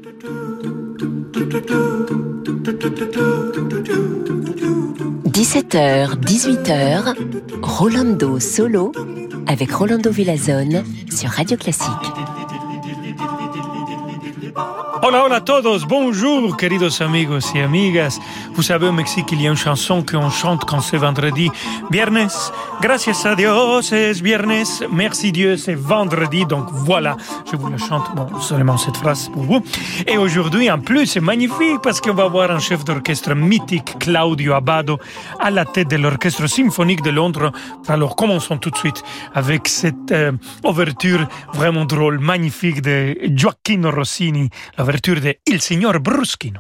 17h, 18h, Rolando Solo avec Rolando Villazone sur Radio Classique. Hola, hola a todos, bonjour, queridos amigos y amigas. Vous savez, au Mexique, il y a une chanson qu'on chante quand c'est vendredi. Viernes, gracias a Dios, es viernes, merci Dieu, c'est vendredi. Donc voilà, je vous la chante, bon, seulement cette phrase pour vous. Et aujourd'hui, en plus, c'est magnifique parce qu'on va avoir un chef d'orchestre mythique, Claudio Abbado, à la tête de l'Orchestre symphonique de Londres. Alors, commençons tout de suite avec cette ouverture vraiment drôle, magnifique de Gioacchino Rossini, l'ouverture de Il Signor Bruschino.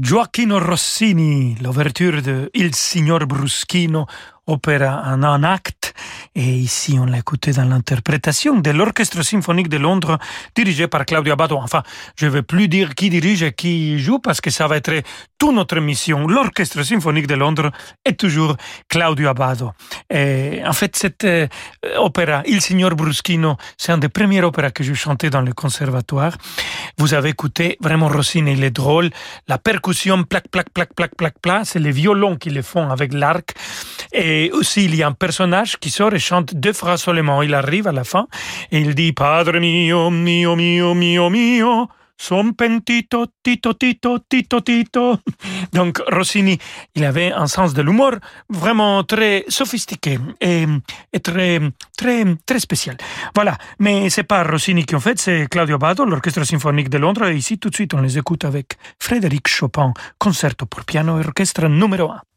Gioacchino Rossini, l'ouverture de Il Signor Bruschino, opéra en un acte, et ici on l'a écouté dans l'interprétation de l'Orchestre Symphonique de Londres dirigé par Claudio Abbado. Enfin, je ne vais plus dire qui dirige et qui joue parce que ça va être toute notre mission. L'Orchestre Symphonique de Londres est toujours Claudio Abbado. Et en fait, cette opéra, Il Signor Bruschino, c'est un des premiers opéras que je chantais dans le conservatoire. Vous avez écouté vraiment Rossini, il est drôle. La percussion, plac, plac, plac, plac, plac, plac, c'est les violons qui le font avec l'arc. Et aussi, il y a un personnage qui sort et chante 2 phrases seulement. Il arrive à la fin et il dit « Padre mio, mio, mio, mio, mio, son pentito, tito, tito, tito, tito ». Donc, Rossini, il avait un sens de l'humour vraiment très sophistiqué et très, très, très spécial. Voilà, mais c'est pas Rossini qui en fait, c'est Claudio Abbado, l'Orchestre Symphonique de Londres. Et ici, tout de suite, on les écoute avec Frédéric Chopin, concerto pour piano et orchestre numéro 1.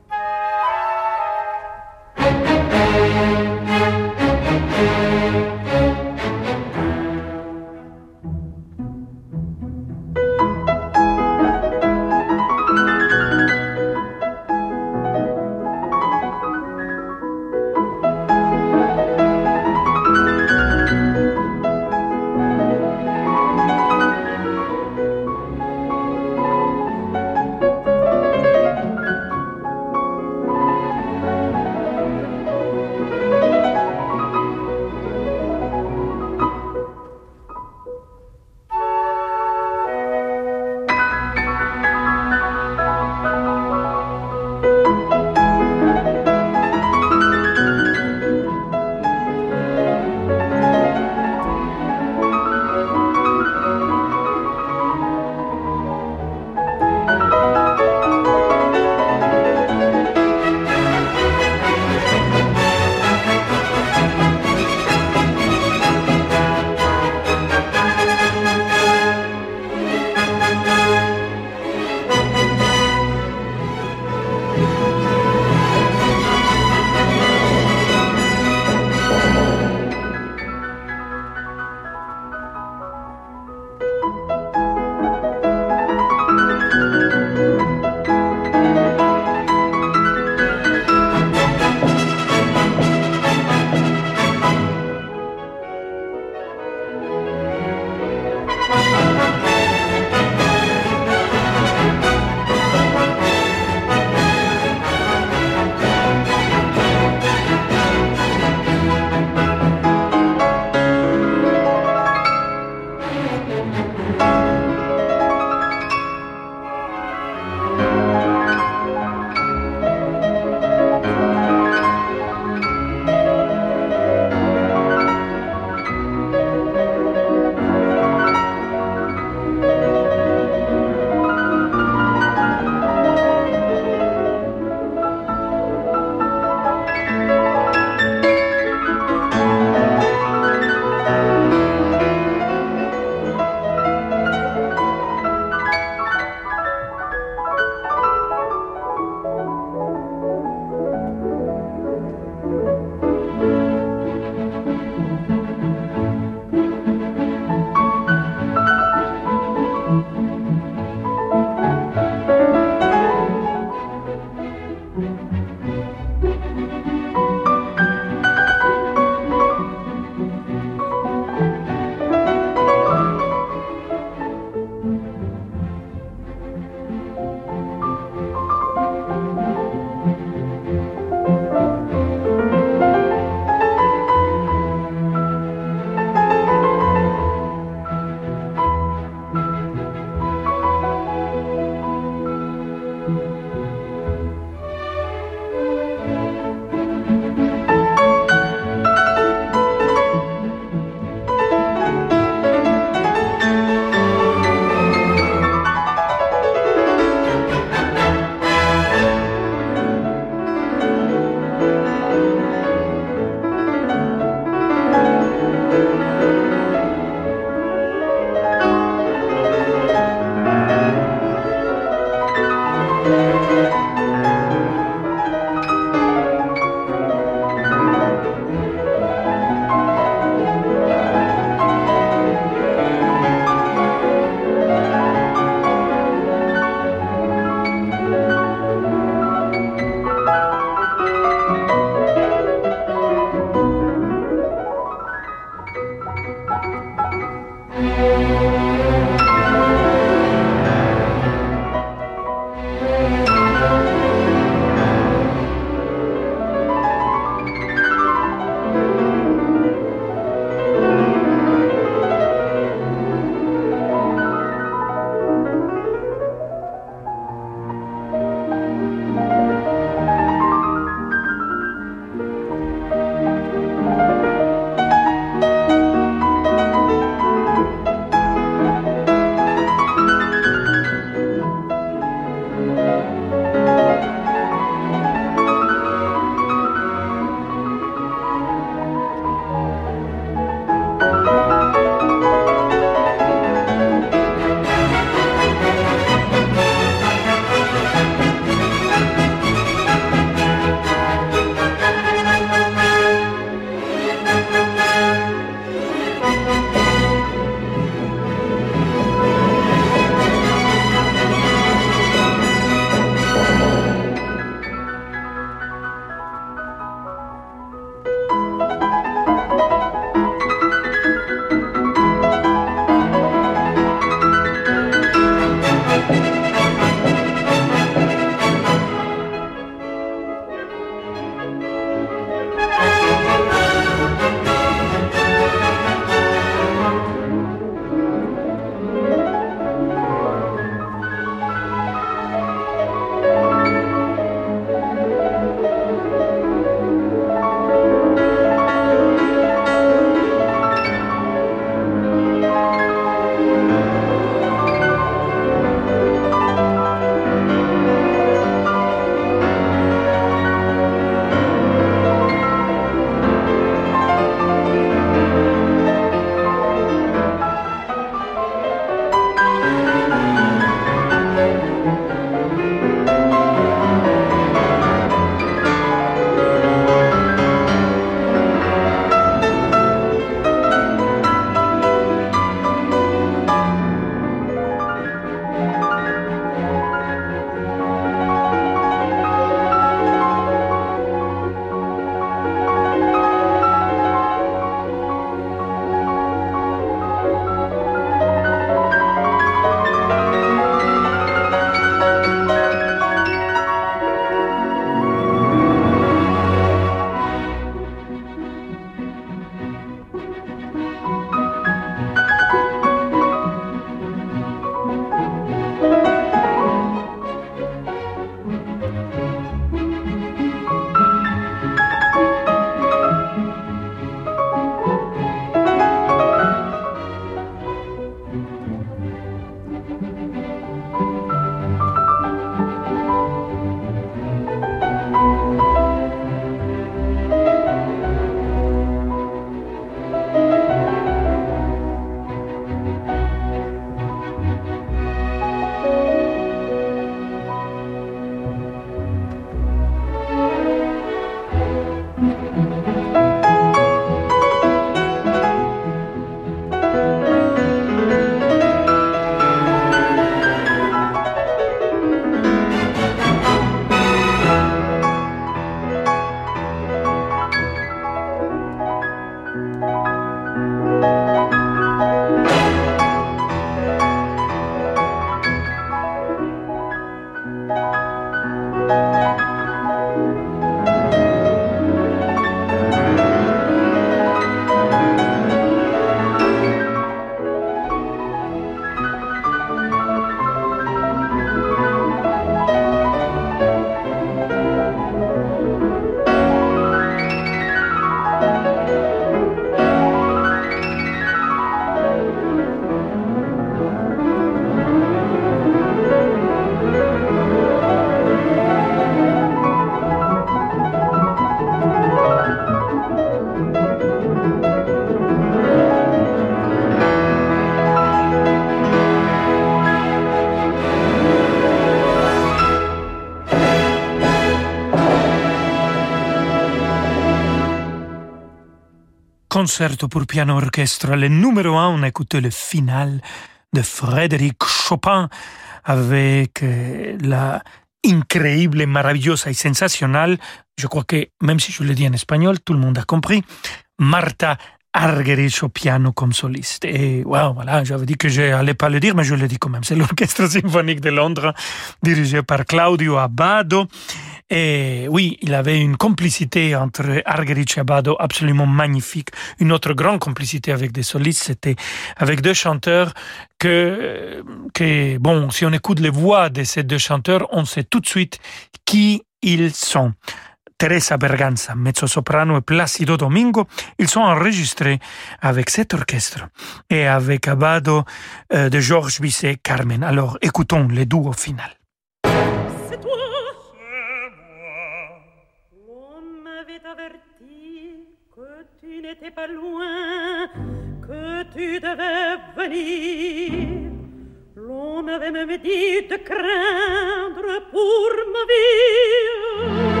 concerto pour piano orchestre. Le numéro 1, on a écouté le final de Frédéric Chopin avec la increíble, maravillosa et sensationnelle, je crois que même si je le dis en espagnol, tout le monde a compris, Martha Argerich au piano comme soliste. Et wow, voilà, j'avais dit que je n'allais pas le dire, mais je le dis quand même. C'est l'Orchestre symphonique de Londres, dirigé par Claudio Abbado. Et oui, il avait une complicité entre Argerich et Abbado absolument magnifique. Une autre grande complicité avec des solistes, c'était avec deux chanteurs que bon, si on écoute les voix de ces deux chanteurs, on sait tout de suite qui ils sont. Teresa Berganza, mezzo-soprano, et Placido Domingo, ils sont enregistrés avec cet orchestre et avec Abbado de Georges Bizet, Carmen. Alors, écoutons les duos final. C'est toi, c'est moi. On m'avait averti que tu n'étais pas loin, que tu devais venir. L'on m'avait même dit de craindre pour ma vie.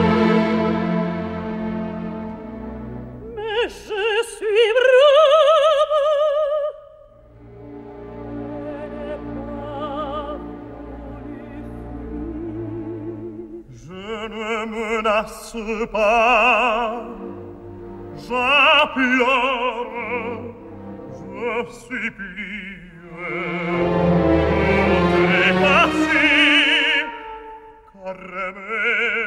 Je suis brave, je ne menace pas, j'implore, je supplie, je passé, Carmen,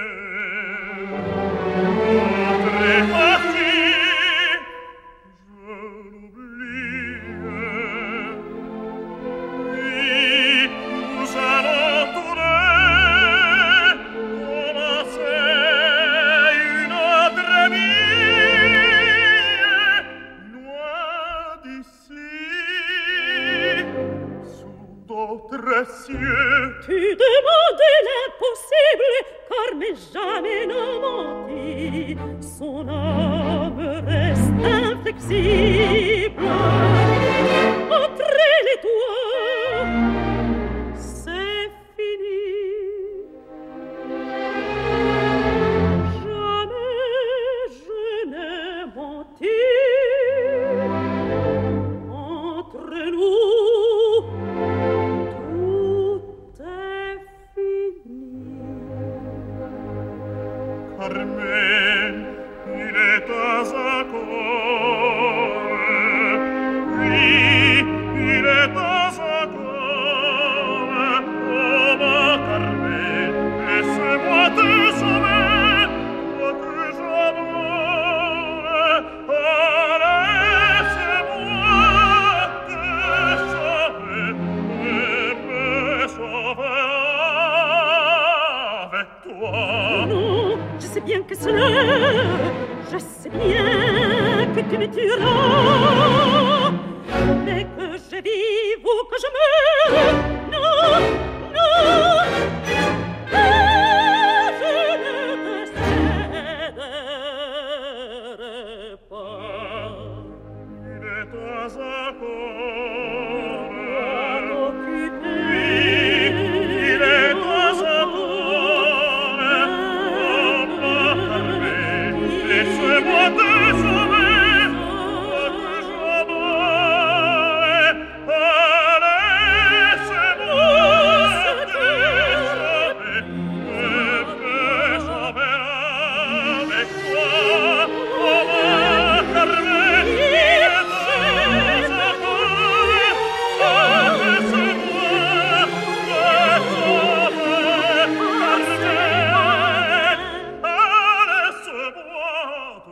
tu demandais l'impossible, Carmen jamais n'a menti. Son âme reste inflexible. Entre elle et toi, c'est fini. Jamais je n'ai menti. Entre nous, Carmen, il est temps encore, oui, il est temps encore, oh ma Carmen, laisse-moi te sauver, toi que j'adore, laisse-moi te sauver, et me sauver avec toi. Non, je sais bien que cela, je sais bien que tu me tueras, mais que je vive ou que je meure, non, non, je ne te céderai pas. Il est temps encore à t'occuper, il est temps encore, oh ma Carmen, laisse-moi te sauver, toi que j'adore, laisse-moi te sauver, et me sauver avec toi, oh ma Carmen, il est temps encore, laisse-moi te sauver, Carmen, laisse-moi te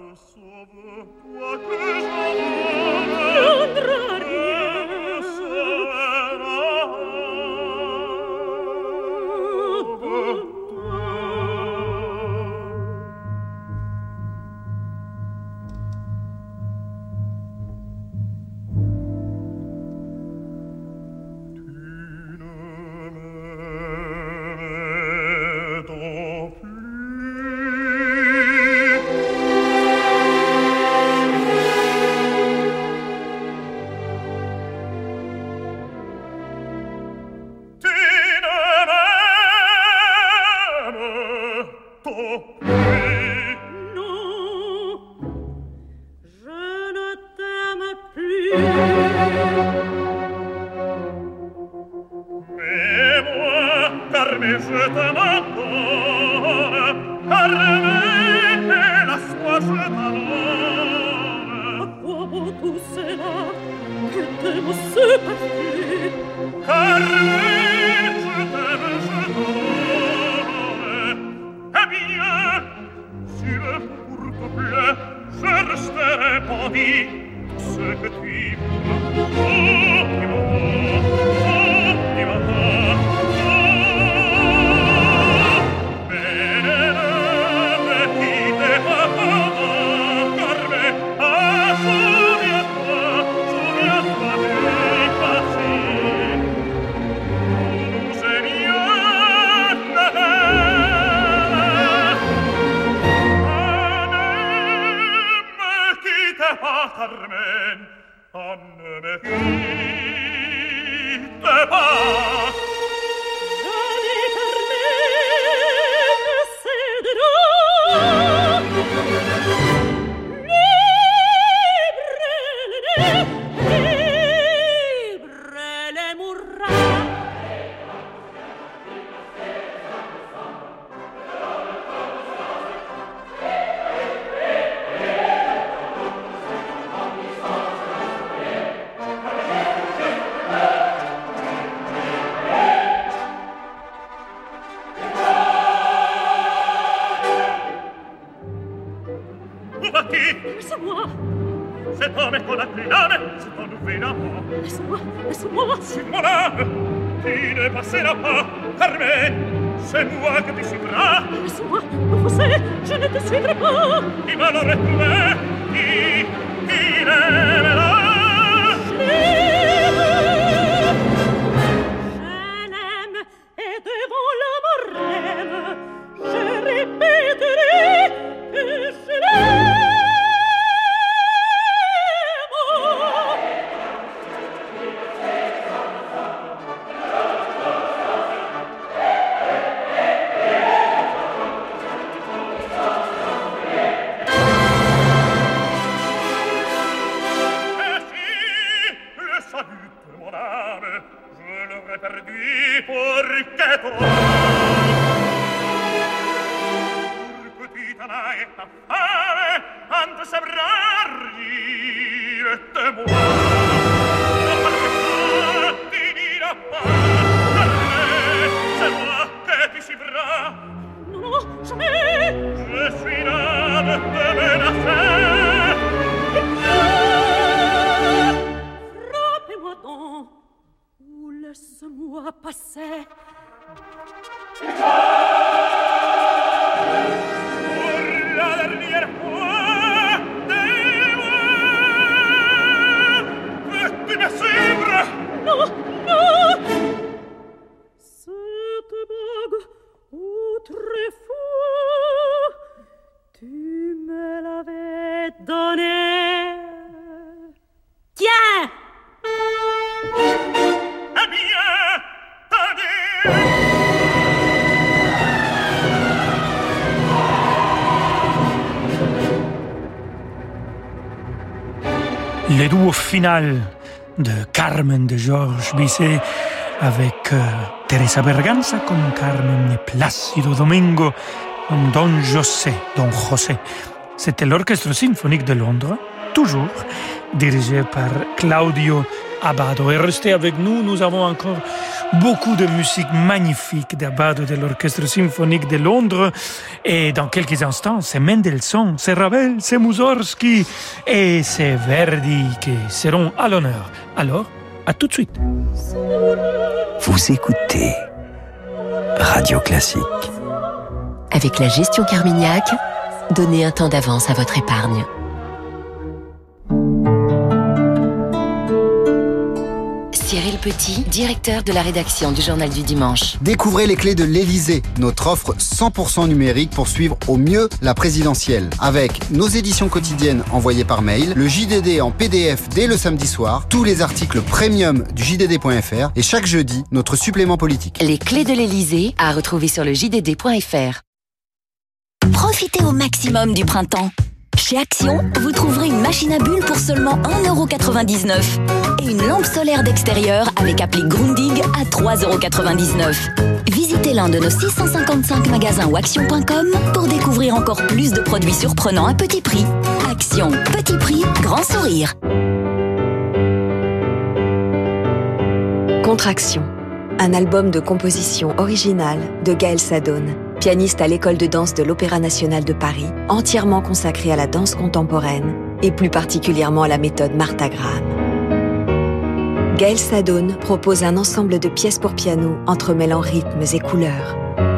pour te plaire, je resterai bandit. Ce que tu Carmen, ne me quitte pas. Jamais Carmen ne cédera. Libre elle mourra. Laisse-moi. Cet homme est qu'on appelle l'âme, c'est un nouvel amant. Laisse-moi, laisse-moi. Sur mon âme, tu ne passeras pas. Carmen, c'est moi que tu suivras. Laisse-moi, José, je ne te suivrai pas. Qui va le retrouver, qui l'aimera. Je l'aime, et devant la mort même, je répéterai que je l'aime. Laisse-moi passer. Pour la dernière fois, veux-tu me suivre? Non, non. Cette bague, autrefois, tu me l'avais donnée. Tiens! Le duo final de Carmen de Georges Bizet avec Teresa Berganza comme Carmen et Plácido Domingo comme Don José. C'était l'Orchestre symphonique de Londres, toujours dirigé par Claudio Abbado. Et restez avec nous, nous avons encore beaucoup de musique magnifique d'Abbado de l'Orchestre symphonique de Londres. Et dans quelques instants, c'est Mendelssohn, c'est Ravel, c'est Mussorgsky et c'est Verdi qui seront à l'honneur. Alors, à tout de suite. Vous écoutez Radio Classique. Avec la gestion Carmignac, donnez un temps d'avance à votre épargne. Cyril Petit, directeur de la rédaction du Journal du Dimanche. Découvrez les clés de l'Élysée, notre offre 100% numérique pour suivre au mieux la présidentielle. Avec nos éditions quotidiennes envoyées par mail, le JDD en PDF dès le samedi soir, tous les articles premium du JDD.fr et chaque jeudi, notre supplément politique. Les clés de l'Élysée à retrouver sur le JDD.fr. Profitez au maximum du printemps. Chez Action, vous trouverez une machine à bulles pour seulement 1,99 € et une lampe solaire d'extérieur avec appli Grundig à 3,99 €. Visitez l'un de nos 655 magasins ou action.com pour découvrir encore plus de produits surprenants à petit prix. Action, petit prix, grand sourire. Contraction, un album de composition originale de Gaël Sadone. pianiste à l'école de danse de l'Opéra national de Paris, entièrement consacrée à la danse contemporaine et plus particulièrement à la méthode Martha Graham. Gaël Sadoun propose un ensemble de pièces pour piano entremêlant rythmes et couleurs.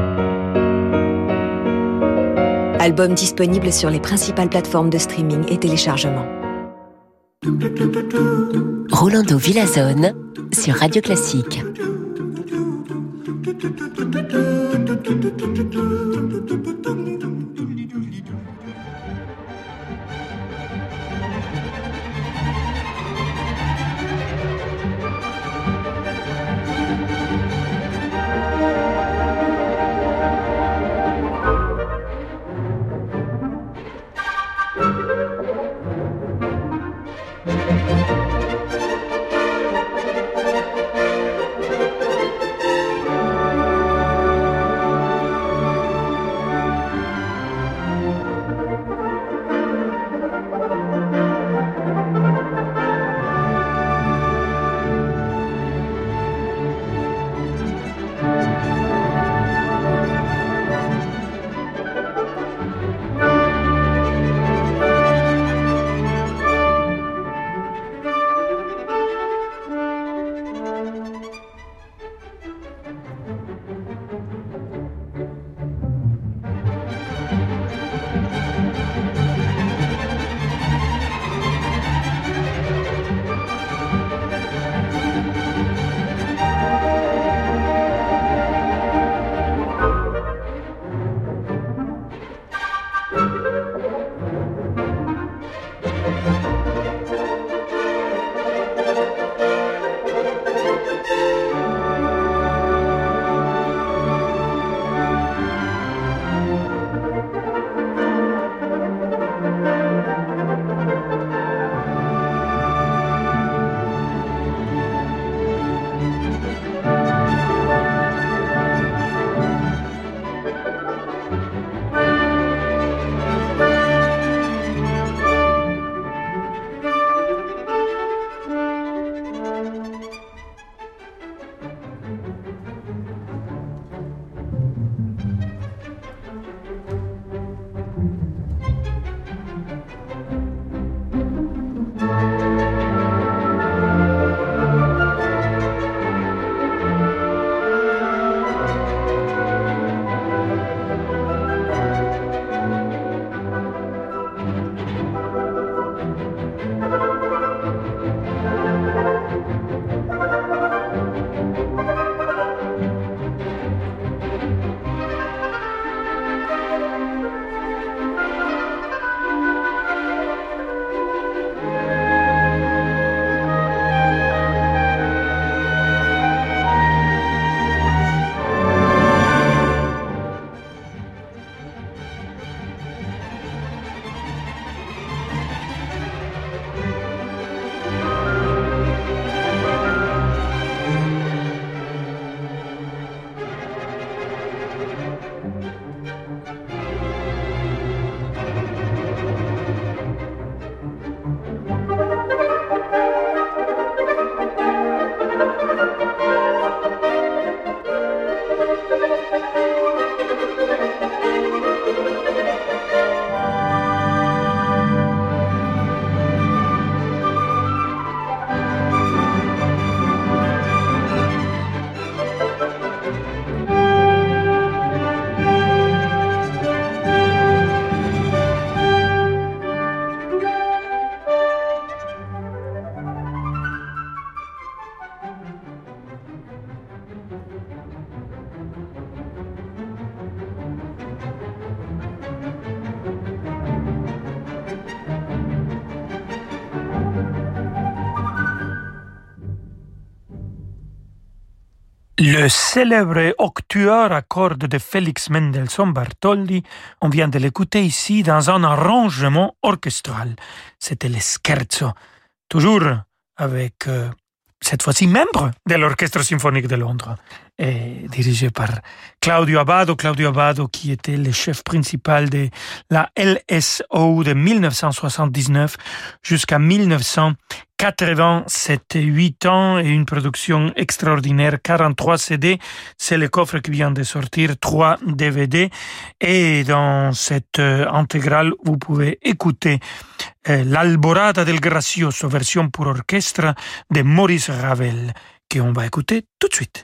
Album disponible sur les principales plateformes de streaming et téléchargement. Rolando Villazone sur Radio Classique. Le célèbre octuor à cordes de Félix Mendelssohn Bartholdy, on vient de l'écouter ici dans un arrangement orchestral. C'était le scherzo, toujours avec cette fois-ci membre de l'Orchestre symphonique de Londres, et dirigé par Claudio Abbado qui était le chef principal de la LSO de 1979 jusqu'à 1987, 8 ans et une production extraordinaire, 43 CD, c'est le coffre qui vient de sortir, 3 DVD, et dans cette intégrale, vous pouvez écouter l'Alborada del Gracioso, version pour orchestre de Maurice Ravel, qu'on va écouter tout de suite.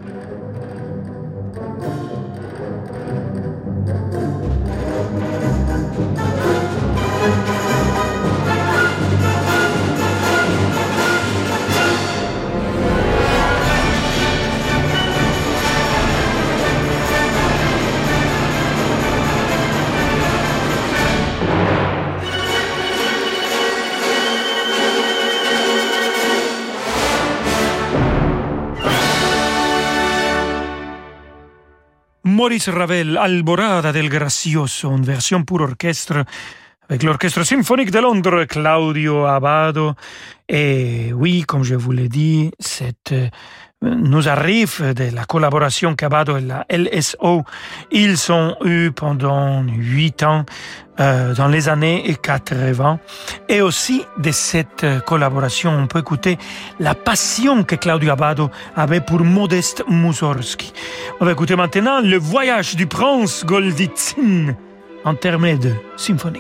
Maurice Ravel, Alborada del Gracioso, une version pour orchestre avec l'Orchestre symphonique de Londres, Claudio Abbado. Et oui, comme je vous l'ai dit, nous arrive de la collaboration qu'Abbado et la LSO, ils ont eu pendant 8 ans dans les années 80. Et aussi de cette collaboration, on peut écouter la passion que Claudio Abbado avait pour Modest Mussorgsky. On va écouter maintenant le voyage du prince Golitsyn, intermède symphonique.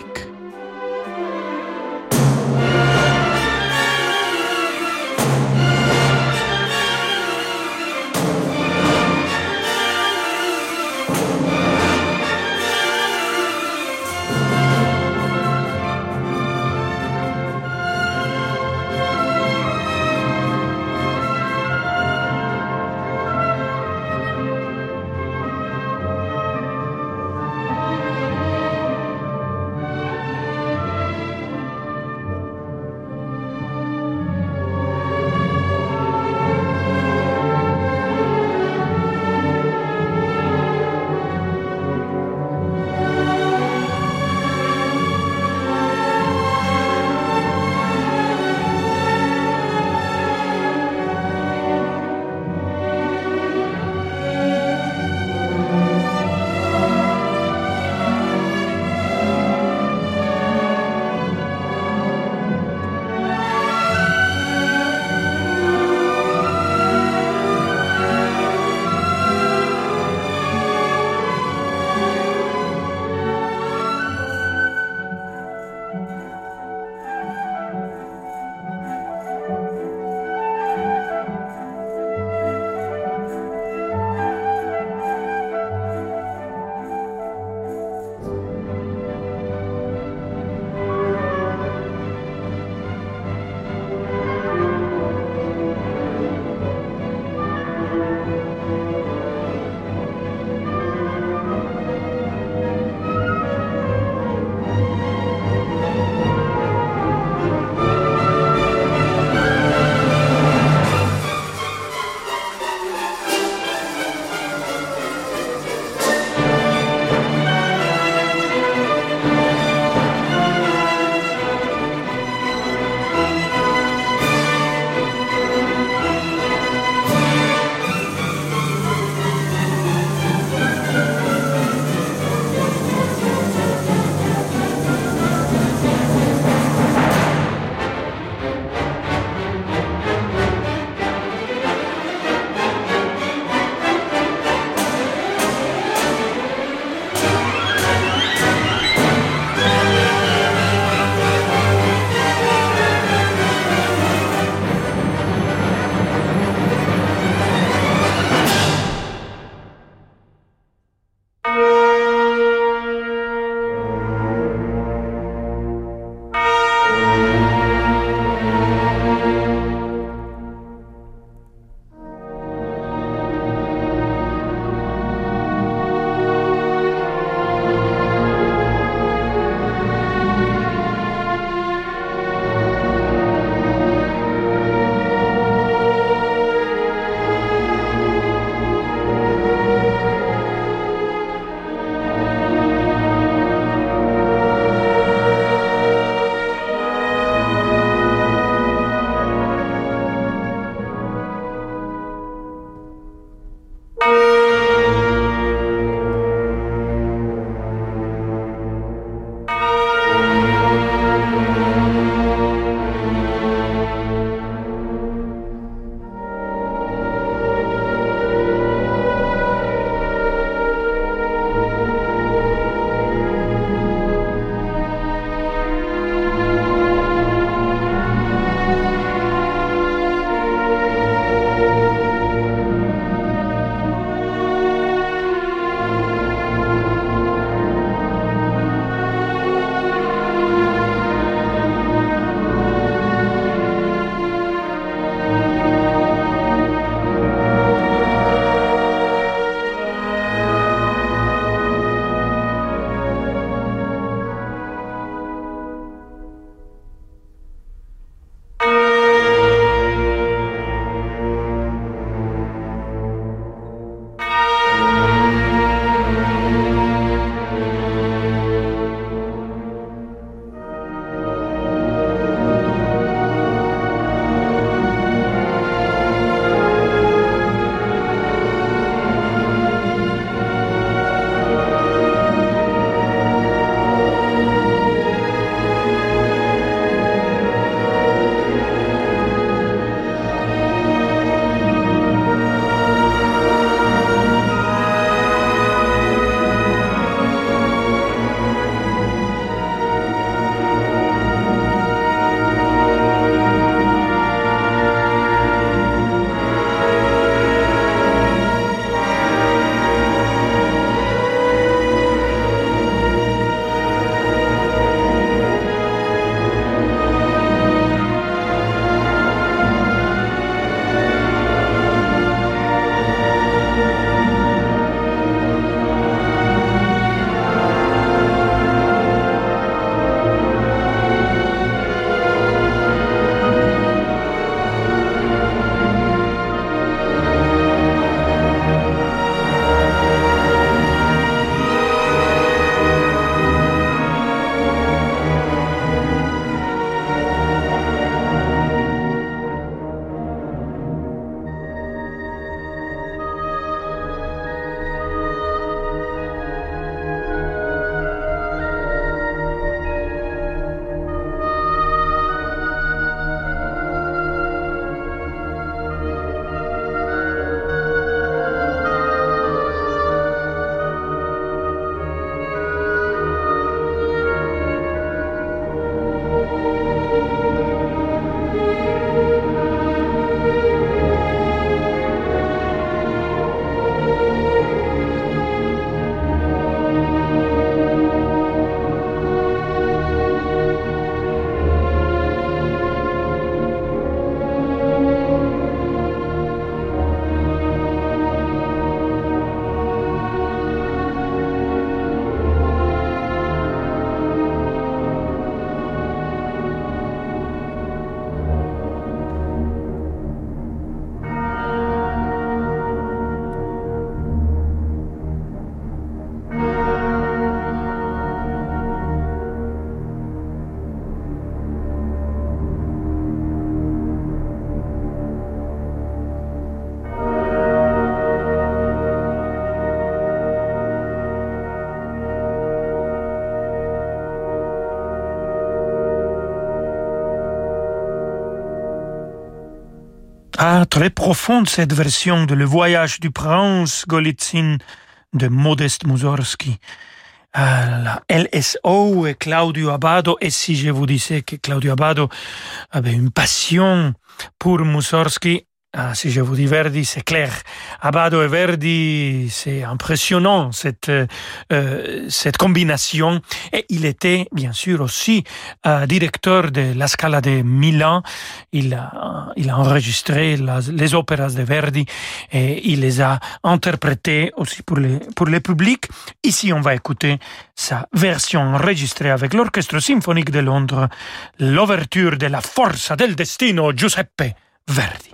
très profonde cette version de Le Voyage du prince Golitsyn de Modest Mussorgsky. La LSO et Claudio Abbado, et si je vous disais que Claudio Abbado avait une passion pour Mussorgsky, si je vous dis Verdi, c'est clair. Abbado et Verdi, c'est impressionnant cette combination. Et il était bien sûr aussi directeur de la Scala de Milan. Il a enregistré les opéras de Verdi et il les a interprétées aussi pour le public. Ici, on va écouter sa version enregistrée avec l'Orchestre symphonique de Londres, l'ouverture de La Forza del Destino, Giuseppe Verdi.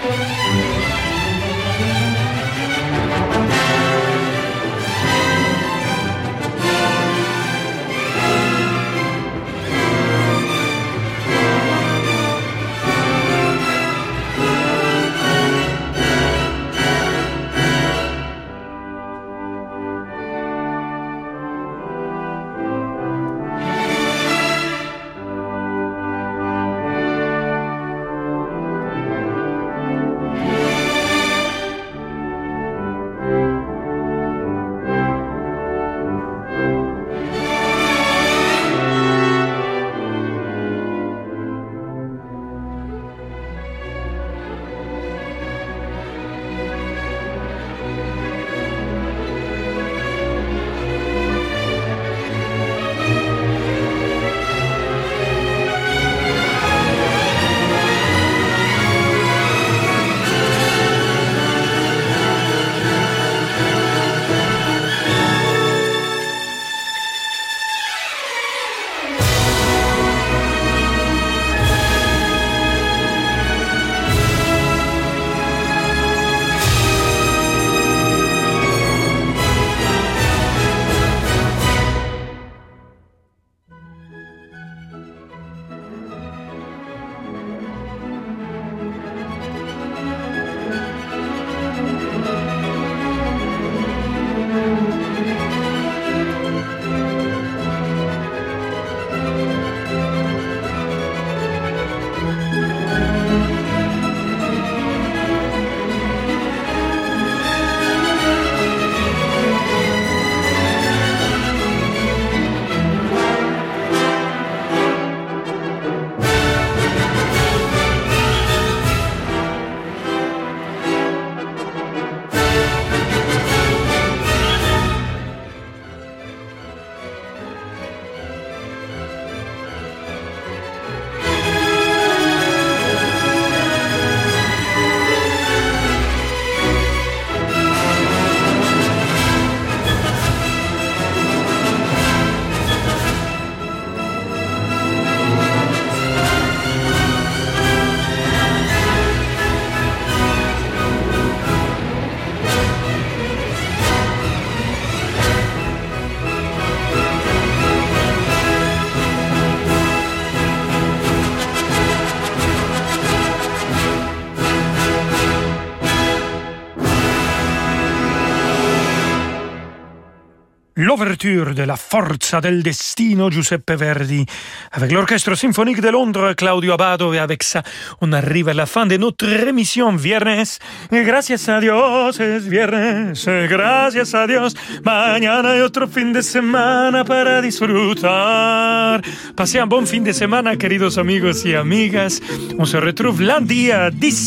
L'ouverture de la Forza del Destino, Giuseppe Verdi, avec l'Orchestre Symphonique de Londres, Claudio Abbado, et avec ça, on arrive à la fin de notre émission Viernes. Gracias a Dios es viernes, gracias a Dios. Mañana hay otro fin de semana para disfrutar. Passez un bon fin de semana, queridos amigos y amigas. On se retrouve lundi à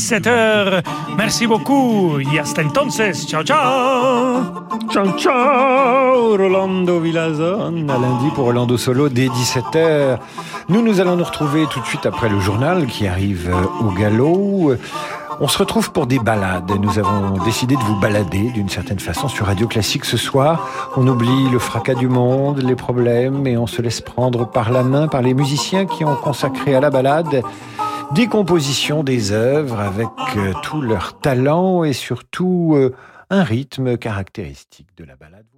17h. Merci beaucoup y hasta entonces. Ciao, ciao. Ciao, ciao, Rolando Villazon. À lundi pour Rolando Solo dès 17h. Nous allons nous retrouver tout de suite après le journal qui arrive au galop. On se retrouve pour des balades. Nous avons décidé de vous balader d'une certaine façon sur Radio Classique ce soir. On oublie le fracas du monde, les problèmes, et on se laisse prendre par la main par les musiciens qui ont consacré à la balade des compositions, des œuvres avec tout leur talent et surtout un rythme caractéristique de la balade.